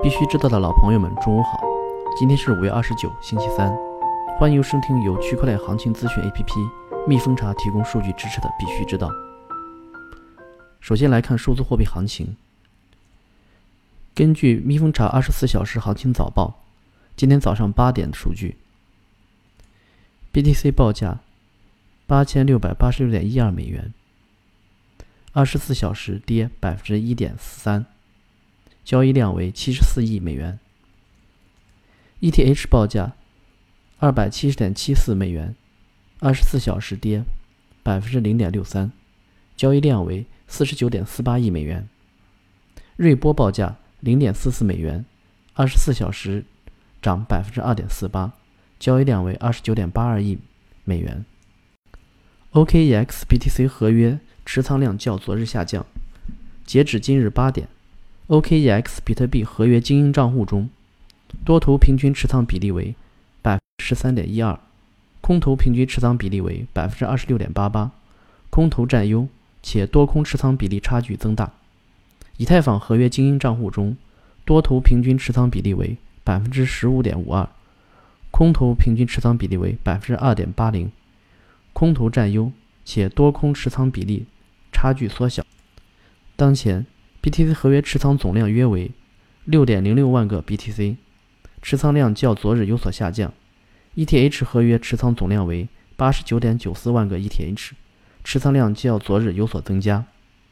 必须知道的老朋友们，中午好！今天是5月29，星期三，欢迎收听由区块链行情咨询 APP 蜜蜂茶提供数据支持的必须知道。首先来看数字货币行情。根据蜜蜂茶24小时行情早报，今天早上8点的数据 ，BTC 报价8686.12美元，24小时跌 1.43%。交易量为74亿美元。ETH 报价270.74美元，24小时跌 0.63%， 交易量为49.48亿美元。瑞波报价 0.44美元，24小时涨 2.48%， 交易量为29.82亿美元。OKEX BTC 合约持仓量较昨日下降，截止今日8点。OKEX 比特币合约精英账户中，多头平均持仓比例为 13.12%， 空头平均持仓比例为 26.88%， 空头占优，且多空持仓比例差距增大。以太坊合约精英账户中，多头平均持仓比例为 15.52%， 空头平均持仓比例为 2.80%， 空头占优，且多空持仓比例差距缩小。当前BTC 合约持仓总量约为 6.06 万个 BTC， 持仓量较昨日有所下降。ETH 合约持仓总量为 89.94 万个 ETH， 持仓量较昨日有所增加。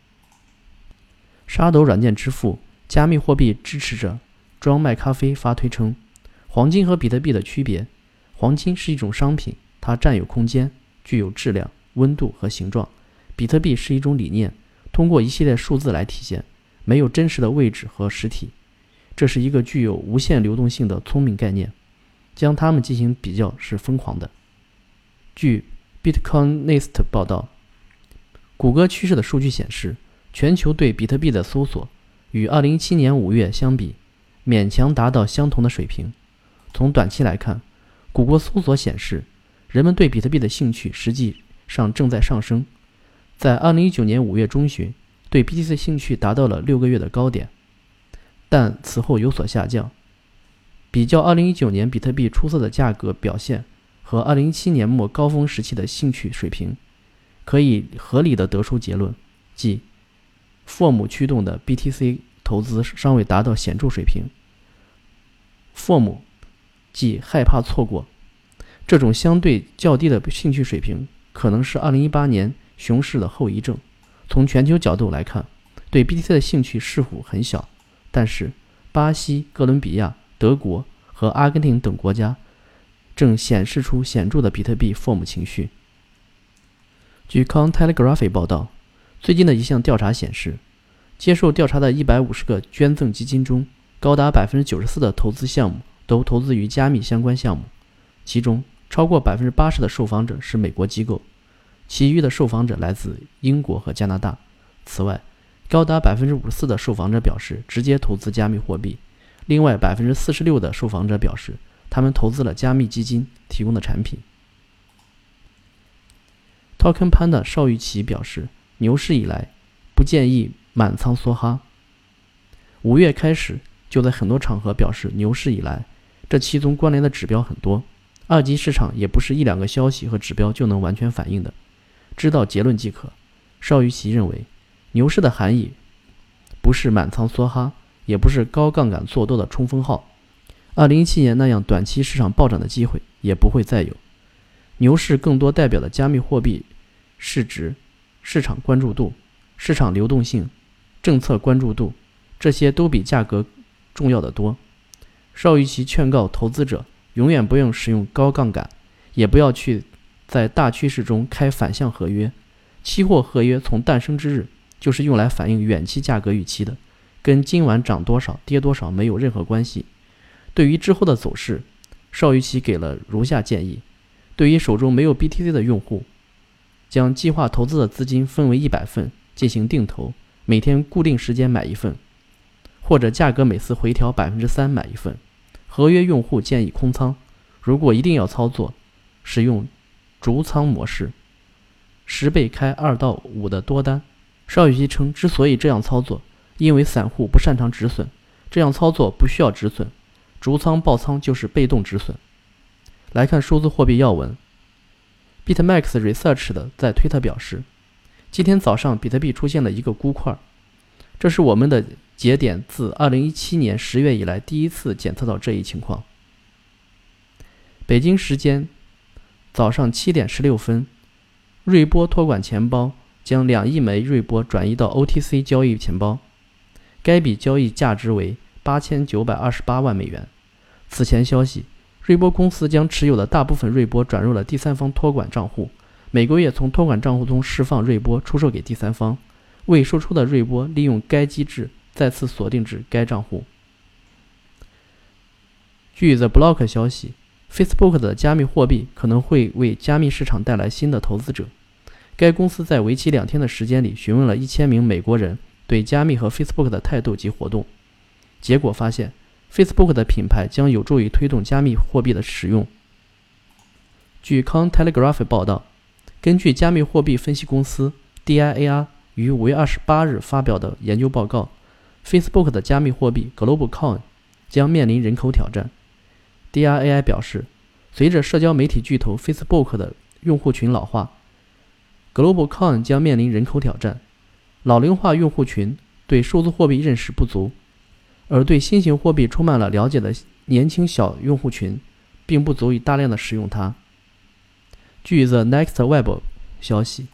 沙斗软件支付加密货币支持者庄麦咖啡发推称，黄金和比特币的区别：黄金是一种商品，它占有空间，具有质量、温度和形状；比特币是一种理念，通过一系列数字来体现，没有真实的位置和实体。这是一个具有无限流动性的聪明概念，将它们进行比较是疯狂的。据 Bitcoinist 报道，谷歌趋势的数据显示，全球对比特币的搜索与2017年5月相比，勉强达到相同的水平。从短期来看，谷歌搜索显示，人们对比特币的兴趣实际上正在上升。在2019年5月中旬，对 BTC 的兴趣达到了6个月的高点，但此后有所下降。比较2019年比特币出色的价格表现和2017年末高峰时期的兴趣水平，可以合理的得出结论，即 FOMO 驱动的 BTC 投资尚未达到显著水平。FOMO 即害怕错过，这种相对较低的兴趣水平可能是2018年熊市的后遗症。从全球角度来看，对 BTC 的兴趣似乎很小，但是巴西、哥伦比亚、德国和阿根廷等国家正显示出显著的比特币 FOMO 情绪。据 Cointelegraph 报道，最近的一项调查显示，接受调查的150个捐赠基金中，高达 94% 的投资项目都投资于加密相关项目，其中超过 80% 的受访者是美国机构，其余的受访者来自英国和加拿大。此外，高达 54% 的受访者表示直接投资加密货币，另外 46% 的受访者表示他们投资了加密基金提供的产品。Token Panda 邵玉琪表示，牛市以来不建议满仓梭哈。5月开始就在很多场合表示牛市以来，这其中关联的指标很多，二级市场也不是1-2个消息和指标就能完全反映的，知道结论即可。邵玉琪认为，牛市的含义不是满仓梭哈，也不是高杠杆做多的冲锋号，2017年那样短期市场暴涨的机会也不会再有。牛市更多代表的加密货币市值、市场关注度、市场流动性、政策关注度，这些都比价格重要的多。邵玉琪劝告投资者，永远不用使用高杠杆，也不要去在大趋势中开反向合约。期货合约从诞生之日就是用来反映远期价格预期的，跟今晚涨多少跌多少没有任何关系。对于之后的走势，邵玉琪给了如下建议：对于手中没有 BTC 的用户，将计划投资的资金分为100份进行定投，每天固定时间买一份，或者价格每次回调 3% 买一份。合约用户建议空仓，如果一定要操作，使用逐仓模式，10倍开2到5的多单。邵玉琪称，之所以这样操作，因为散户不擅长止损， 这样操作不需要止损，逐仓爆仓就是被动止损。来看数字货币要闻 ，BitMax Research 在推特表示，今天早上比特币出现了一个估块，这是我们的节点自2017年10月以来第一次检测到这一情况。北京时间早上7点16分，瑞波托管钱包将2亿枚瑞波转移到 OTC 交易钱包，该笔交易价值为8928万美元。此前消息，瑞波公司将持有的大部分瑞波转入了第三方托管账户，每个月从托管账户中释放瑞波出售给第三方，未输出的瑞波利用该机制再次锁定至该账户。据 The Block 消息， Facebook 的加密货币可能会为加密市场带来新的投资者。该公司在为期2天的时间里询问了1000名美国人对加密和 Facebook 的态度及活动，结果发现 Facebook 的品牌将有助于推动加密货币的使用。据 Cointelegraph 报道，根据加密货币分析公司 DIAR 于5月28日发表的研究报告， Facebook 的加密货币 GlobalCoin 将面临人口挑战。 DIAI 表示，随着社交媒体巨头 Facebook 的用户群老化， GlobalCoin 将面临人口挑战。老龄化用户群对数字货币认识不足，而对新型货币充满了了解的年轻小用户群并不足以大量的使用它。据 The Next Web 消息，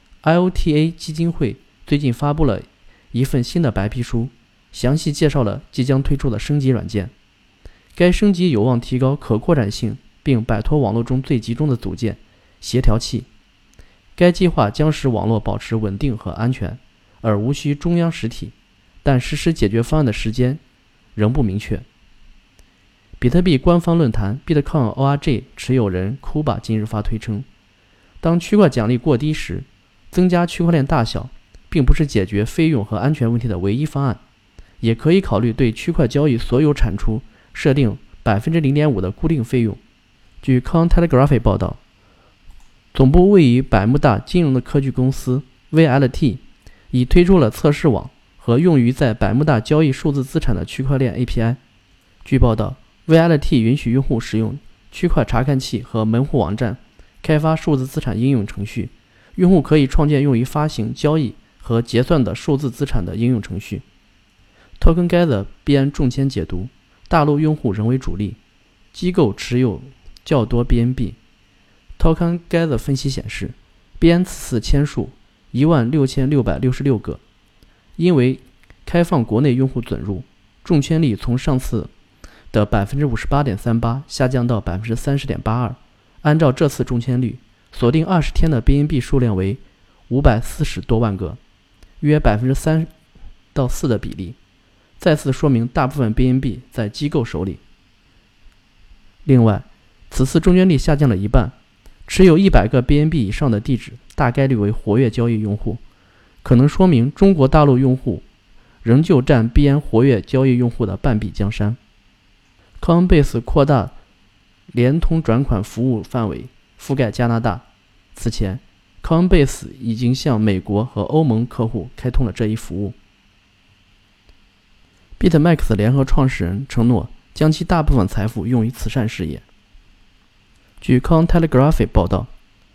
IOTA 基金会最近发布了一份新的白皮书，详细介绍了即将推出的升级软件。该升级有望提高可扩展性，并摆脱网络中最集中的组件协调器。该计划将使网络保持稳定和安全，而无需中央实体，但实施解决方案的时间仍不明确。比特币官方论坛 Bitcoin.org 持有人 Kuba 今日发推称，当区块奖励过低时，增加区块链大小并不是解决费用和安全问题的唯一方案，也可以考虑对区块交易所有产出设定 0.5% 的固定费用。据 Cointelegraph 报道，总部位于百慕大金融的科技公司 VLT 已推出了测试网和用于在百慕大交易数字资产的区块链 API。 据报道， VLT 允许用户使用区块查看器和门户网站开发数字资产应用程序，用户可以创建用于发行、交易和结算的数字资产的应用程序。 TokenGather 币中签解读，大陆用户仍为主力，机构持有较多 BNB。TokenGather 分析显示，币安此次签数16666个，因为开放国内用户准入，中签率从上次的 58.38% 下降到 30.82%。 按照这次中签率，锁定20天的 BNB 数量为540多万个，约 3%到4% 的比例，再次说明大部分 BNB 在机构手里。另外，此次中签率下降了一半，持有100个 BNB 以上的地址大概率为活跃交易用户，可能说明中国大陆用户仍旧占币安活跃交易用户的半壁江山。Coinbase 扩大联通转款服务范围，覆盖加拿大。此前 Coinbase 已经向美国和欧盟客户开通了这一服务。BitMax 联合创始人承诺将其大部分财富用于慈善事业。据 Cointelegraph 报道，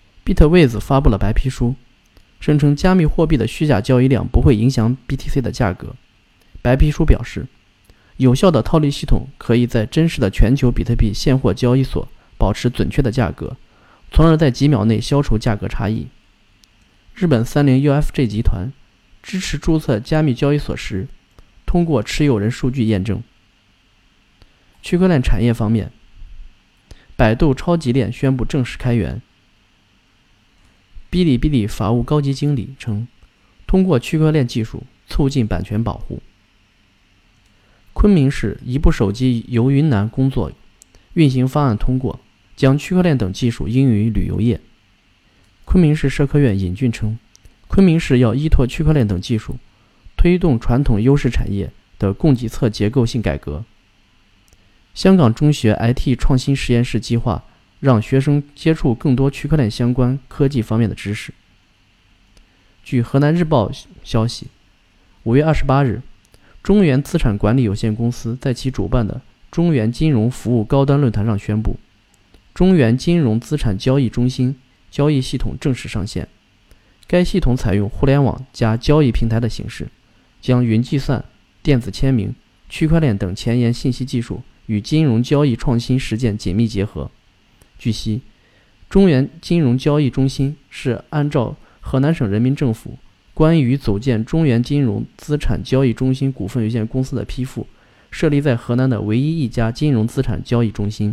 Bitwiz 发布了白皮书，声称加密货币的虚假交易量不会影响 BTC 的价格。白皮书表示，有效的套利系统可以在真实的全球比特币现货交易所保持准确的价格，从而在几秒内消除价格差异。日本30UFJ 集团支持注册加密交易所时通过持有人数据验证。区块链产业方面，百度超级链宣布正式开源。哔哩哔哩法务高级经理称，通过区块链技术促进版权保护。昆明市一部手机由云南工作运行方案通过，将区块链等技术应用于旅游业。昆明市社科院尹俊称，昆明市要依托区块链等技术，推动传统优势产业的供给侧结构性改革。香港中学 IT 创新实验室计划让学生接触更多区块链相关科技方面的知识。据河南日报消息，5月28日， 中原资产管理有限公司在其主办的中原金融服务高端论坛上宣布，中原金融资产交易中心交易系统正式上线。该系统采用互联网加交易平台的形式，将云计算、电子签名、区块链等前沿信息技术与金融交易创新实践紧密结合。据悉，中原金融交易中心是按照河南省人民政府关于组建中原金融资产交易中心股份有限公司的批复，设立在河南的唯一一家金融资产交易中心。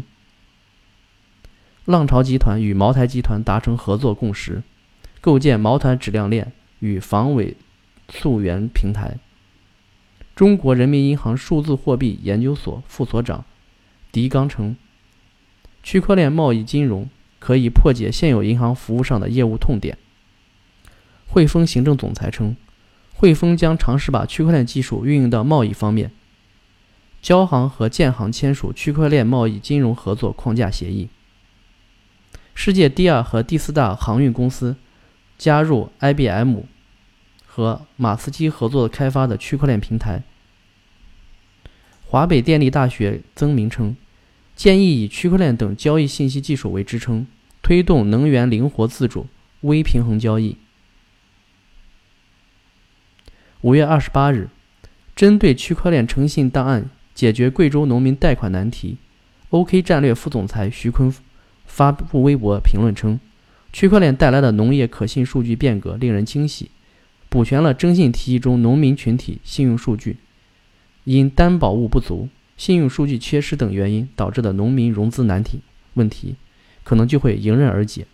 浪潮集团与茅台集团达成合作共识，构建茅台质量链与防伪溯源平台。中国人民银行数字货币研究所副所长狄刚称，区块链贸易金融可以破解现有银行服务上的业务痛点。汇丰行政总裁称，汇丰将尝试把区块链技术运用到贸易方面。交行和建行签署区块链贸易金融合作框架协议。世界第2和第4大航运公司加入 IBM 和马斯基合作开发的区块链平台。华北电力大学曾明称，建议以区块链等交易信息技术为支撑，推动能源灵活自主、微平衡交易。5月28日，针对区块链诚信档案解决贵州农民贷款难题， OK 战略副总裁徐坤发布微博评论称，区块链带来的农业可信数据变革令人惊喜，补全了征信提议中农民群体信用数据因担保物不足、信用数据缺失等原因导致的农民融资难题问题，可能就会迎刃而解。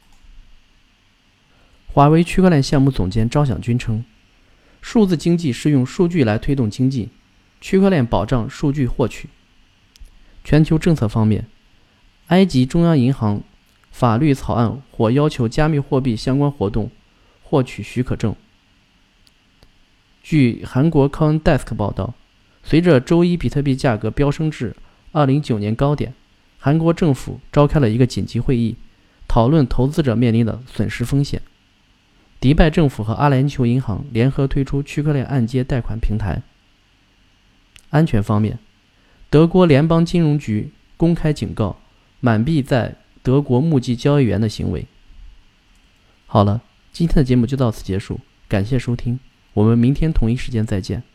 华为区块链项目总监赵响军称，数字经济是用数据来推动经济，区块链保障数据获取。全球政策方面，埃及中央银行法律草案或要求加密货币相关活动获取许可证。据韩国 CoinDesk 报道，随着周一比特币价格飙升至2019年高点，韩国政府召开了一个紧急会议，讨论投资者面临的损失风险。迪拜政府和阿联酋银行联合推出区块链按揭贷款平台。安全方面，德国联邦金融局公开警告满币在德国目击交易员的行为。好了，今天的节目就到此结束，感谢收听，我们明天同一时间再见。